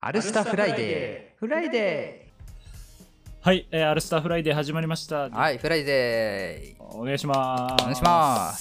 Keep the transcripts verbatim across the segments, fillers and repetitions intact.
アルスタフライデーフライデはい、えー、アルスターフライデー始まりました。 ーはい、フライデーお願いします。 お願いします。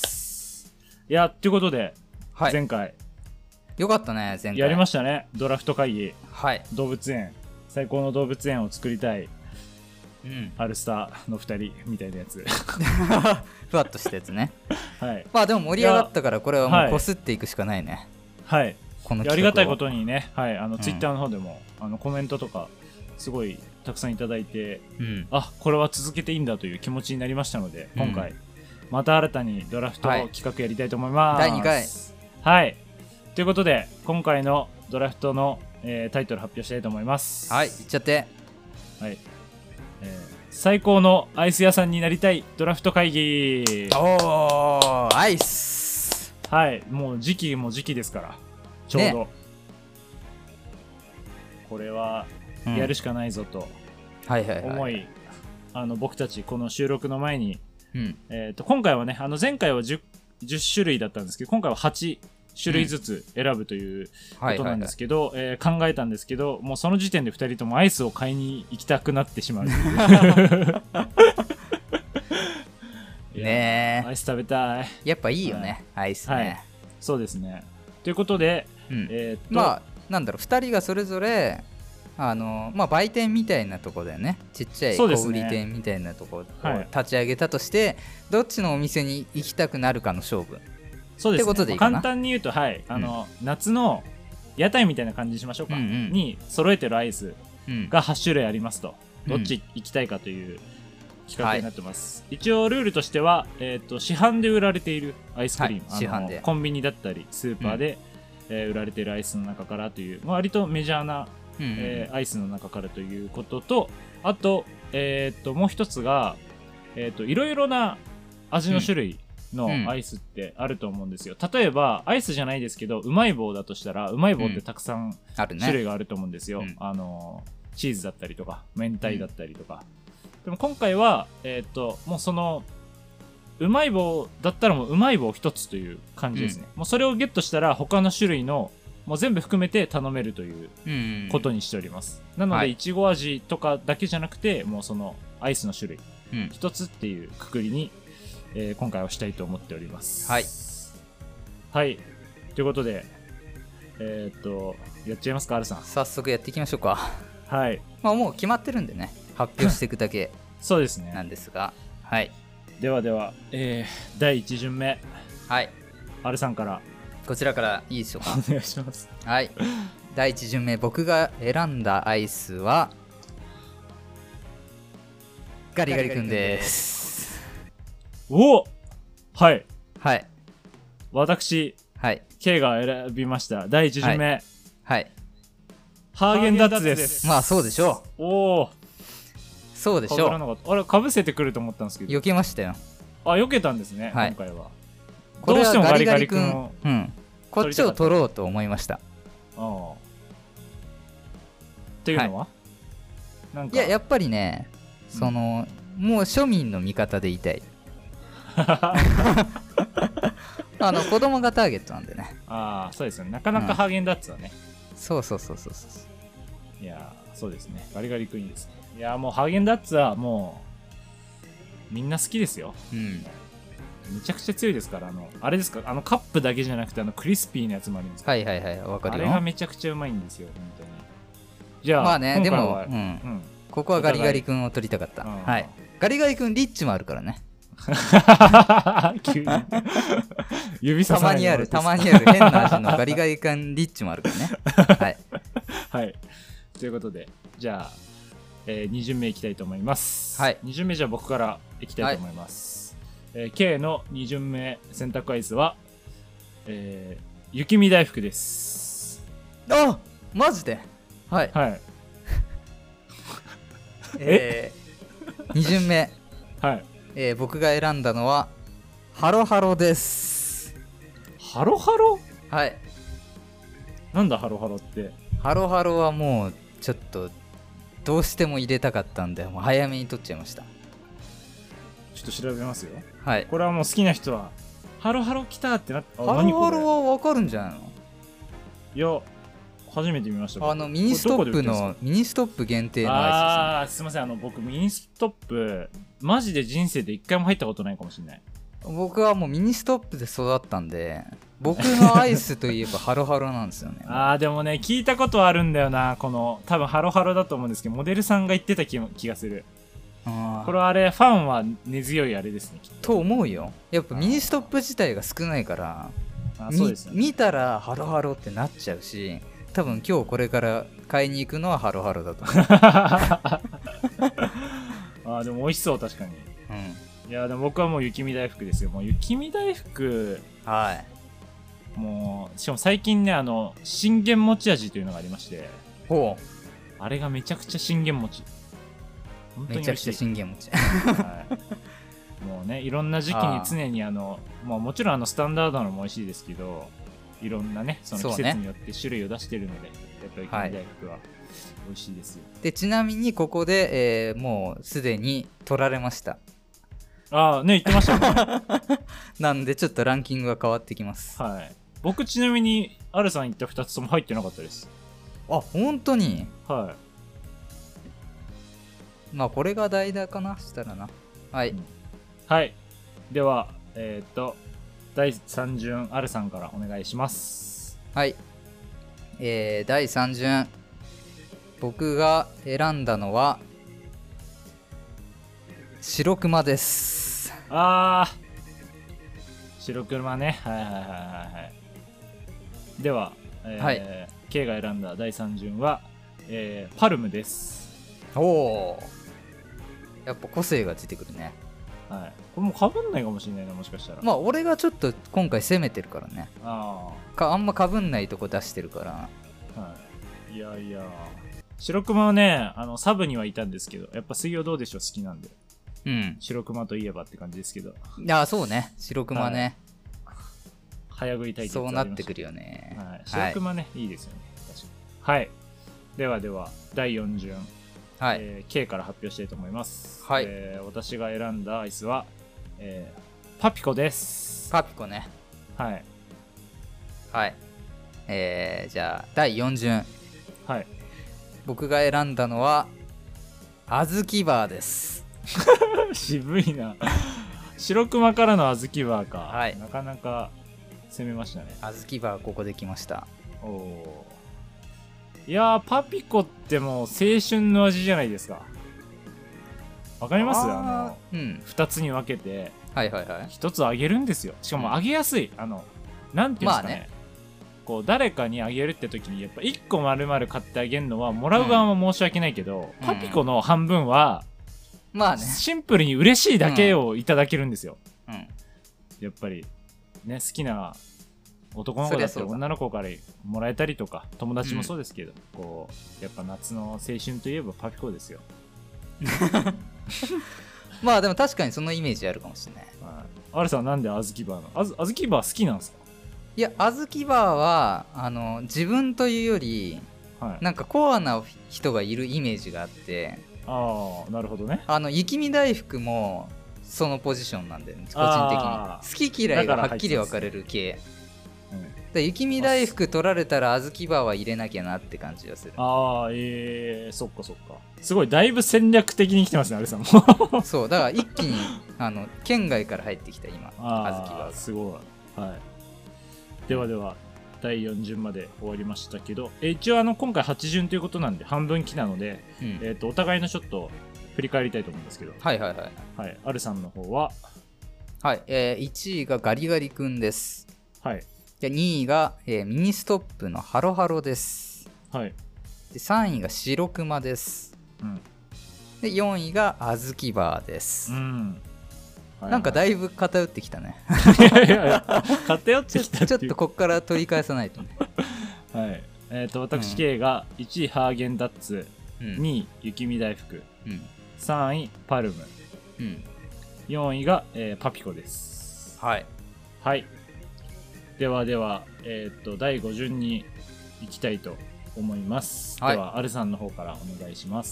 いや、ということで、 はい、 前回よかったね。前回やりましたね。ドラフト会議、 はい、 動物園、最高の動物園を作りたい、 うん、 アルスターのふたりみたいなやつふわっとしたやつね。 はい、 まあでも盛り上がったからこれはもうこすっていくしかないね。 はい、 このありがたいことにね、はい、あの、 うん、 ツイッターの方でもあのコメントとかすごいたくさんいただいて、 うん、 あ、これは続けていいんだという気持ちになりましたので、今回、うん、また新たにドラフト企画やりたいと思います。 だいにかい。 はい。ということで、今回のドラフトの、えー、タイトル発表したいと思います。 はい、いっちゃって。 はい。えー、最高のアイス屋さんになりたいドラフト会議。 おー、アイス。 はい、もう時期も時期ですから、ちょうど。ね、これはやるしかないぞと思い、あの僕たちこの収録の前に、うん、えー、と今回はね、あの前回は 10, じゅっ種類だったんですけど、今回ははち種類ずつ選ぶということなんですけど、えー、考えたんですけど、もうその時点でふたりともアイスを買いに行きたくなってしまうねえ、 アイス食べたい。 やっぱいいよね、はい、アイスね、はい、 そうですね。ということで、うん、えー、っとまあなんだろう、ふたりがそれぞれあの、まあ、売店みたいなところでね、ちっちゃい小売店みたいなところを立ち上げたとして、はい、どっちのお店に行きたくなるかの勝負。 そうですね、 ってことでいいかな。 簡単に言うと、はい、あの、うん、夏の屋台みたいな感じにしましょうか、うんうん、に揃えてるアイスがはち種類ありますと、うん、どっち行きたいかという企画になってます、はい、一応ルールとしては、えー、と市販で売られているアイスクリーム、はい、市販でコンビニだったりスーパーで、うん、えー、売られているアイスの中からという、まあ、割とメジャーな、うんうん、えー、アイスの中からということと、あと、えー、ともう一つが、えー、といろいろな味の種類のアイスってあると思うんですよ、うん、例えばアイスじゃないですけど、うまい棒だとしたら、うまい棒ってたくさん種類があると思うんですよ、うん、あのチーズだったりとか明太だったりとか、うん、でも今回は、えー、ともうそのうまい棒だったらもううまい棒一つという感じですね、うん、もうそれをゲットしたら他の種類のもう全部含めて頼めるということにしております、うん、なのでいちご味とかだけじゃなくて、もうそのアイスの種類一つっていうくくりに、えー、今回はしたいと思っております。 はい。 はい。ということで、えー、っと、やっちゃいますか、Rさん。 早速やっていきましょうか。 はい。 まあもう決まってるんでね、発表していくだけそうですね。 なんですが、はい。 ではでは、えー、だいいち巡目。 はい。 Rさんから。 こちらからいいでしょうか。 お願いします。 はい。だいいち巡目、僕が選んだアイスは、ガリガリ君です。 おはいはい、 私、 はい、 K が選びましただいいち巡目、はい、 はい、 ハーゲンダッツです。 まあそうでしょう。おお、 そうでしょう。 あれ、かぶせてくると思ったんですけど、 避けましたよ。 あ、避けたんですね、はい、今回は。 これはガリガリ君を、うん、こっちを取ろうと思いました。 ああ。っていうのは、はい、なんかいや、やっぱりね、その、うん、もう庶民の味方でいたい。あの子供がターゲットなんでね。 ああ、そうですよね。なかなかハーゲンダッツはね、 うん、そうそうそうそうそう。 いや、そうですね。ガリガリ君いいですね。いや、もうハーゲンダッツはもうみんな好きですよ。うん。めちゃくちゃ強いですから、あのあれですか、あのカップだけじゃなくて、あのクリスピーなやつもあるんですか。 はいはいはい、わかるよ。 あれがめちゃくちゃうまいんですよ、本当に。じゃあ、 まあね、でも、うんうん、ここはガリガリ君を取りたかった。はい。ガリガリ君リッチもあるからね。 急に指ささないたまにあるたまにある変な味のガリガリ感リッチもあるからね。はい、 はい、ということで、じゃあ、えー、に巡目いきたいと思います。 はい、 に巡目、じゃあ僕からいきたいと思います。はい、えー、K のに巡目選択アイスは、えー、雪見大福です。 あ、マジで。はい、 はい、 えー、に巡目、 はい、 えー、僕が選んだのはハロハロです。 ハロハロ。 はい。 なんだハロハロって。 ハロハロはもうちょっとどうしても入れたかったんで、もう早めに取っちゃいました。 ちょっと調べますよ。 はい。 これはもう好きな人はハロハロ来たってなって。 ハロハロは分かるんじゃないの。 いや、 初めて見ました。 あのミニストップのミニストップ限定のアイスです、ね、 ああ、すいません、あの僕ミニストップマジで人生で一回も入ったことないかもしれない。 僕はもうミニストップで育ったんで、僕のアイスといえばハロハロなんですよね。 ああ、でもね聞いたことあるんだよな、この多分ハロハロだと思うんですけど、モデルさんが言ってた 気, 気がする。あ、これはあれファンは根強いあれですねきっと。 と思うよ。やっぱミニストップ自体が少ないから、 あ、そうですね、 見たらハロハロってなっちゃうし、多分今日これから買いに行くのはハロハロだと思う。 あ、でも美味しそう、確かに。うん、いやでも僕はもう雪見大福ですよ。もう雪見大福、 はい、 もうしかも最近ね、あの信玄餅味というのがありまして、 ほう、 あれがめちゃくちゃ信玄餅、 本当にめちゃくちゃ信玄餅、 はい、もうねいろんな時期に常にあのもうもちろんあのスタンダードのも美味しいですけど、いろんなねその季節によって種類を出してるので、ね、やっぱり雪見大福は美味しいですよ。 でちなみにここで、えー、もうすでに取られました。 ああね、言ってましたね。 なんでちょっとランキングが変わってきます。 はい、僕ちなみにアルさん言ったふたつとも入ってなかったです。 あ、本当に。 はい、 まあこれが代打かなしたらな。はい、うん、 はい、ではえっ、ー、とだいさん順アルさんからお願いします。 はい、えー、だいさん順僕が選んだのは白熊です。 あー、白熊ね、はいはいはいはいはい。では、えーはい、K が選んだだいさん順は、えー、パルムです。 おお、やっぱ個性が出てくるね。 はい、これもうかぶんないかもしれないな、もしかしたら。 まあ俺がちょっと今回攻めてるからね。 あかあんまかぶんないとこ出してるから、 はい、いやいや白熊はね、あのサブにはいたんですけど、やっぱ水曜どうでしょう好きなんで、うん、白熊といえばって感じですけど。 いやそうね、白熊ね、 はい、早食い対決そうなってくるよね、 はい、白熊ね、はい、いいですよね、確かに。はい、ではではだいよん順、はい、えー、K から発表したいと思います。はい、えー、私が選んだアイスは、えー、パピコです。 パピコね。はいはい、えー、じゃあだいよん順、はい、僕が選んだのはあずきバーです。 渋いな。白熊からのあずきバーか、はい、なかなか攻めましたね。 あずきバーここできました。 おお、いやーパピコってもう青春の味じゃないですか。わかります？あの、うん、ふたつに分けて、はいはいはい、ひとつあげるんですよ。しかもあげやすい、うん、あのなんていうんですかね、まあね、こう誰かにあげるって時にやっぱいっこ丸々買ってあげるのはもらう側も申し訳ないけど、うん、パピコの半分は、うん、まあね、シンプルに嬉しいだけをいただけるんですよ、うん、やっぱりね、好きな男の子だったり女の子からもらえたりとか、友達もそうですけど、うん、こうやっぱ夏の青春といえばパピコですよ。 まあでも確かにそのイメージあるかもしれない。 あるさんなんであずきバーのあずあずきバー好きなんですか？ いや、あずきバーはあの自分というより、はい、なんかコアな人がいるイメージがあって。 ああ、なるほどね。 あの雪見大福もそのポジションなんで、ね、個人的に好き嫌いがはっきり分かれる系、うん、で雪見大福取られたらあずきバーは入れなきゃなって感じがする。 ああ、えー、そっかそっか、すごいだいぶ戦略的に来てますね、あれさんも。 そうだから一気にあの県外から入ってきた今、あずきバーがすごい。はい、ではではだいよん順まで終わりましたけど、え一応あの今回はち順ということなんで半分期なので、うん、えー、とお互いのちょっと振り返りたいと思うんですけど、 はいはいはい、 はい、あるさんの方は、 はい、えー、いちいがガリガリ君です。 はい。 でにいが、えー、ミニストップのハロハロです。 はい。 でさんいが白熊です。うん。でよんいがあずきバーです。うん。なんかだいぶ偏ってきたね。 いやいやいや、偏ってきたっていう。 ちょっとこっから取り返さないとね。 はい。えっ、ー、と私 K がいちいハーゲンダッツ、うん、にい雪見大福、うん、さんいパルム、うん、よんいが、えー、パピコです。 はい。 はい。ではでは、えっ、ー、とだいご順に行きたいと思います。はい、ではアルさんの方からお願いします。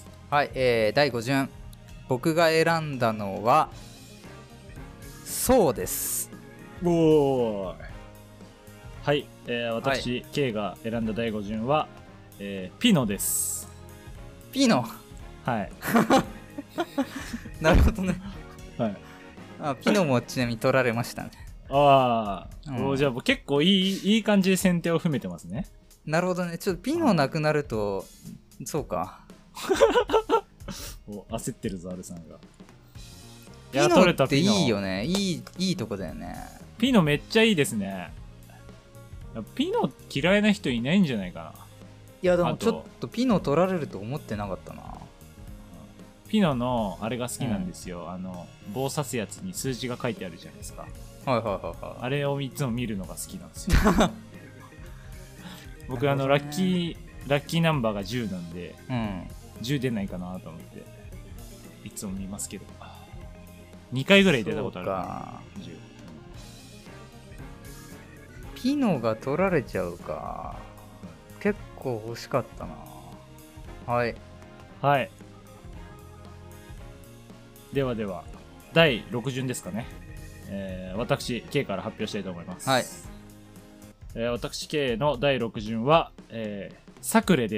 はい。えー、だいご順、僕が選んだのはそうです。 おー、 はい、えー、私、はい、K が選んだだいご順は、えー、ピノです。 ピノはいなるほどね。 はい。 あ、ピノもちなみに取られましたね。 ああ、うん、じゃあ結構いいいい感じで先手を踏めてますね。 なるほどね。ちょっとピノなくなると、そうか。 お、焦ってるぞ、アルさんが。 ピノっていいよね。いい、いいとこだよね。 ピノめっちゃいいですね。ピノ嫌いな人いないんじゃないかな。 いやでもちょっとピノ取られると思ってなかったな。 ピノのあれが好きなんですよ、うん、あの棒刺すやつに数字が書いてあるじゃないですか。 はいはいはいはい。 あれをいつも見るのが好きなんですよ僕、ね、あのラッキーラッキーナンバーがじゅうなんで、うん、じゅう出ないかなと思っていつも見ますけど、にかいぐらい出たことあるかな。じゅうピノが取られちゃうか。結構欲しかったな。はいはい。ではではだいろく順ですかね。えー、私 K から発表したいと思います。 はい。 えー、私 K のだいろく順は、えー、サクレです。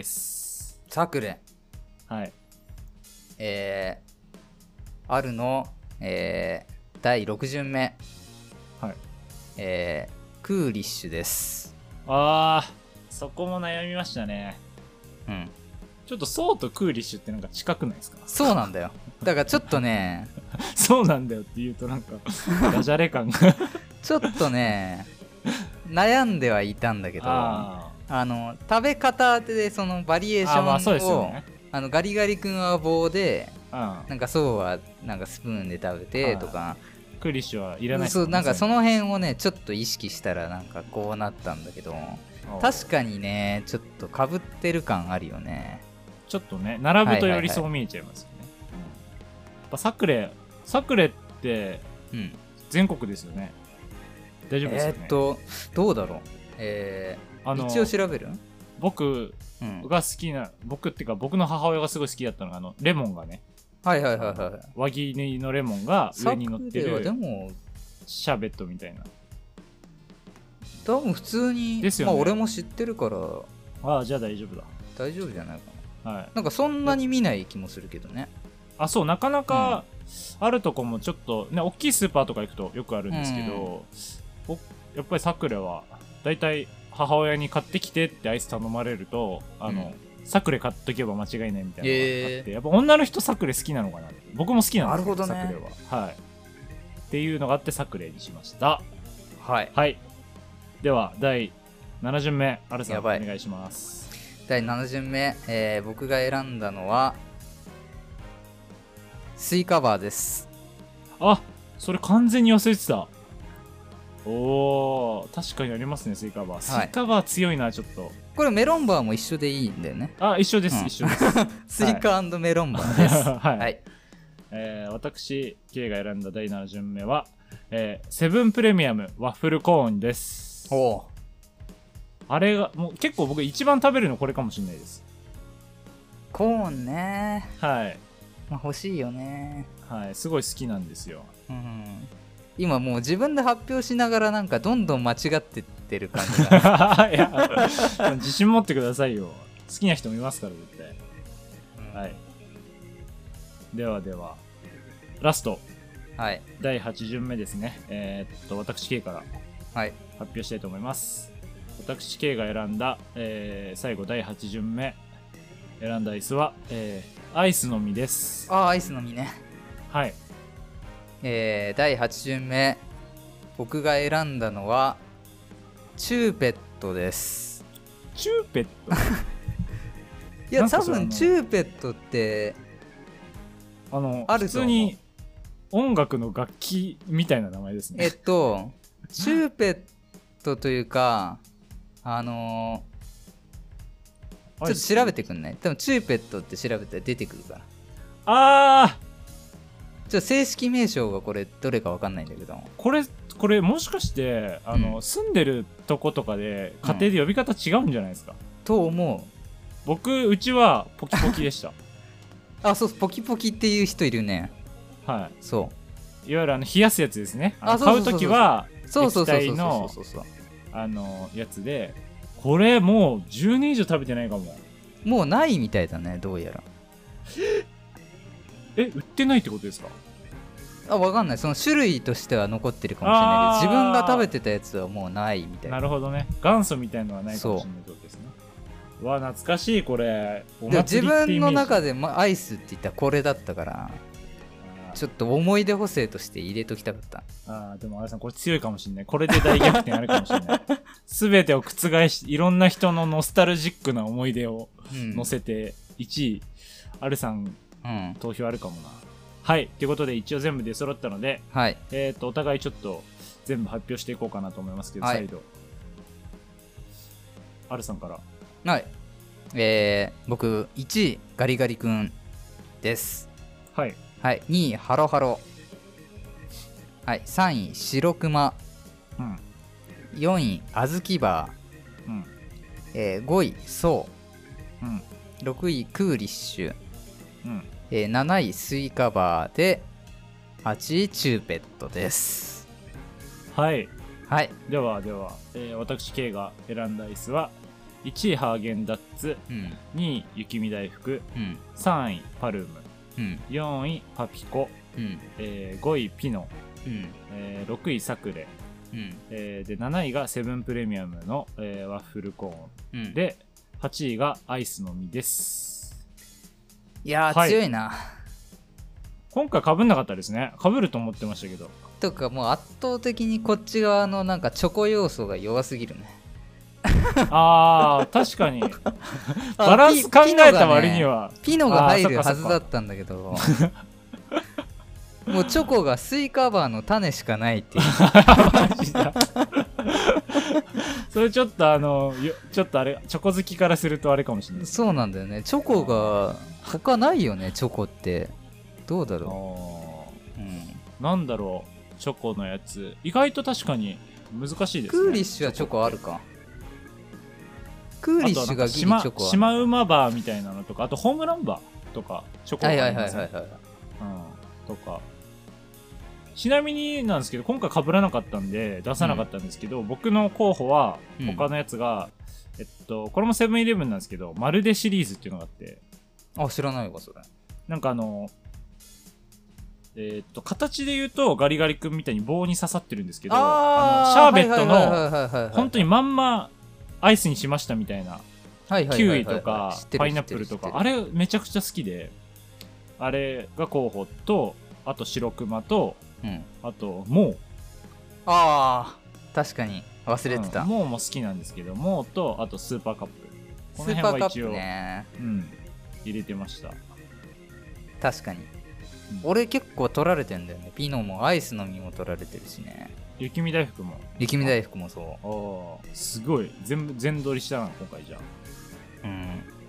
サクレ。 はい。 えー、あるの、えー、だいろく順目。 はい。 えー、クーリッシュです。 あー、そこも悩みましたね。 うん。 ちょっとソウとクーリッシュってなんか近くないですか？ そうなんだよ。だからちょっとねそうなんだよって言うとなんかダジャレ感がちょっとね悩んではいたんだけど、ああの食べ方でそのバリエーションを、あ、まあそうですよね、あのガリガリ君は棒で、なんかそうはなんかスプーンで食べてとか、 クーリッシュはいらないですか、ね、そう、なんかその辺をねちょっと意識したらなんかこうなったんだけど、確かにねちょっとかぶってる感あるよね。 ちょっとね並ぶとよりそう見えちゃいますよね。やっぱサクレサクレって全国ですよね、うん、大丈夫ですよね。 えー、っとどうだろう、えー、あの一応調べる。 僕が好きな、うん、僕っていうか僕の母親がすごい好きだったのがあのレモンがね、 はいはいはいはい、 輪切りのレモンが上に乗ってるでもシャーベットみたいな、 多分普通にですよね。まあ俺も知ってるから、 ああじゃあ大丈夫だ、 大丈夫じゃないかな。はい、なんかそんなに見ない気もするけどね。 あ、そう、なかなかあるとこもちょっとね、大きいスーパーとか行くとよくあるんですけど、うん、やっぱりサクレはだいたい母親に買ってきてってアイス頼まれると、あの、うん、サクレ買っとけば間違いないみたいなのがあって、えー、やっぱ女の人サクレ好きなのかなって。僕も好きなんですけど、 なるほどね、 サクレは。はい。っていうのがあってサクレにしました。 はい。 はい。ではだいなな順目、アルさんお願いします。 だいなな順目、えー、僕が選んだのはスイカバーです。 あ、それ完全に忘れてた。おー、確かにありますね、スイカバー。スイカバー強いな、ちょっと。 これメロンバーも一緒でいいんだよね。 あ、一緒です、うん、一緒です。 スイカ&メロンバーです。はい、はい。 えー、私 K が選んだだいなな順目は、えー、セブンプレミアムワッフルコーンです。 おー、 あれがもう結構僕一番食べるのこれかもしれないです。 コーンね。 はい、 まあ、欲しいよね。 はい、すごい好きなんですよ。 うん、今もう自分で発表しながらなんかどんどん間違ってってる感じがいや自信持ってくださいよ。好きな人もいますから絶対、うん、はい。ではではラスト、 はい、 だいはち順目ですね。えー、っと私 K から発表したいと思います。はい、私 K が選んだ、えー、最後だいはち順目選んだアイスは、えー、アイスの実です。 ああ、アイスの実ね。 はい。 えー、だいはち順目僕が選んだのはチューペットです。 チューペットいや多分チューペットってあのある普通に音楽の楽器みたいな名前ですね。 えっとチューペットというかあのー、ちょっと調べてくんない？多分チューペットって調べたら出てくるから。 あー、 ちょっと正式名称がこれどれか分かんないんだけど、 これこれもしかしてあの、うん、住んでるとことかで家庭で呼び方違うんじゃないですか、うん、 と思う。 僕うちはポキポキでしたあ、そう、ポキポキっていう人いるね。 はい、 そう、 いわゆるあの冷やすやつですね。あの買うときは液体のあのやつで、これもうじゅうねん以上食べてないかも。 もうないみたいだね、どうやら。 え、売ってないってことですか？ あ、わかんない。その種類としては残ってるかもしれないけど、自分が食べてたやつはもうないみたいな。 なるほどね。元祖みたいのはないかもしれないってことですね。うわ、懐かしいこれ。おで自分の中でアイスって言ったらこれだったから、ちょっと思い出補正として入れときたかった。 ああ、でもあれさんこれ強いかもしれない。これで大逆転あるかもしれない。すべてを覆し、いろんな人のノスタルジックな思い出を乗せていちい、あるさん、うん、投票あるかもな。はい、ということで一応全部出揃ったので、 はい、 えっとお互いちょっと全部発表していこうかなと思いますけど、はい、再度あるさんから。 はい、えー、僕いちいガリガリ君です。 はい、 はい、にいハロハロ、はい、さんい白熊、うん、よんいあずきバー、うんえー、ごいソウ、うん、ろくいクーリッシュ、うんえー、なないスイカバーではちいチューペットです。 はい、 はい、 ではでは、えー、私 K が選んだアイスはいちいハーゲンダッツ、うん、にい雪見大福、うん、さんいパルム、うん、よんいパピコ、うんえー、ごいピノ、うんえー、ろくいサクレ、うんえー、でなないがセブンプレミアムの、えー、ワッフルコーン、うん、ではちいがアイスの実です。 いやー、はい、強いな。 今回被んなかったですね。被ると思ってましたけど。 とかもう圧倒的にこっち側のなんかチョコ要素が弱すぎるね。 あー確かにバランス考えた割にはピノが入るはずだったんだけどもうチョコがスイカバーの種しかないっていうマジだそれちょっとあのちょっとあれチョコ好きからするとあれかもしれない。 そうなんだよね。チョコが他ないよね。チョコってどうだろう、うん、 なんだろう。チョコのやつ意外と確かに難しいですね。 クーリッシュはチョコあるか。クーリッシュがギリチョコはシマウマバーみたいなのとか、あとホームランバーとかチョコがありますね。とかちなみになんですけど今回被らなかったんで出さなかったんですけど、うん、僕の候補は他のやつが、うん、えっとこれもセブンイレブンなんですけどまるでシリーズっていうのがあって。 あ、知らないわそれ。 なんかあのえー、っと形で言うとガリガリ君みたいに棒に刺さってるんですけど、あのシャーベットの本当にまんまアイスにしましたみたいなキウイとかパイナップルとか、あれめちゃくちゃ好きで、あれが候補と、あと白熊と、うん、あとモウ。 あー確かに忘れてた、 うん、モウも好きなんですけど、モウとあとスーパーカップ、この辺は一応、ねうん、入れてました。 確かに、うん、俺結構取られてんだよね。ピノもアイスの実も取られてるしね。 雪見大福も雪見大福もそう。 ああすごい全部全取りしたな今回。じゃあうんいやいや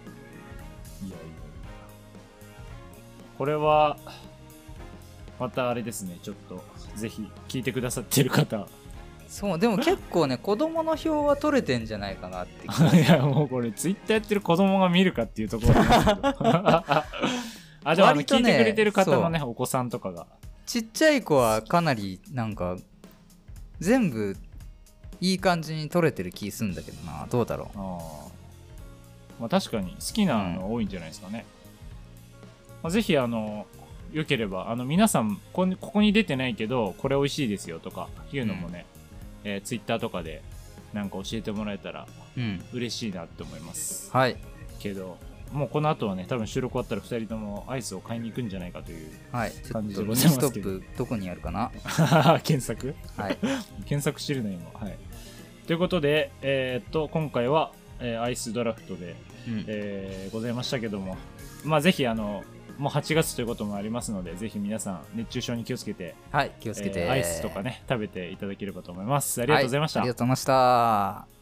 これはまたあれですね。ちょっとぜひ聞いてくださってる方そうでも結構ね子供の票は取れてんじゃないかなっていやもうこれツイッターやってる子供が見るかっていうところなんですけどあでもあの聞いてくれてる方のねお子さんとかがちっちゃい子はかなりなんか全部いい感じに撮れてる気するんだけどな。どうだろう。 あ、まあ、確かに好きなの多いんじゃないですかね、うんまあ、ぜひあのよければあの皆さんこここに出てないけどこれ美味しいですよとかいうのもね、うんえー、ツイッターとかでなんか教えてもらえたら嬉しいなって思います、 うん、はいけどもうこの後はね多分収録終わったらふたりともアイスを買いに行くんじゃないかという感じでございますけど、はい、ちょっとミニストップどこにあるかな検索はい検索してるの今。はいということでえー、っと今回は、えー、アイスドラフトで、うんえー、ございましたけども、まあぜひあのもうはちがつということもありますのでぜひ皆さん熱中症に気をつけてはい気をつけて、 えー、アイスとかね食べていただければと思います。ありがとうございました、 はい、ありがとうございました。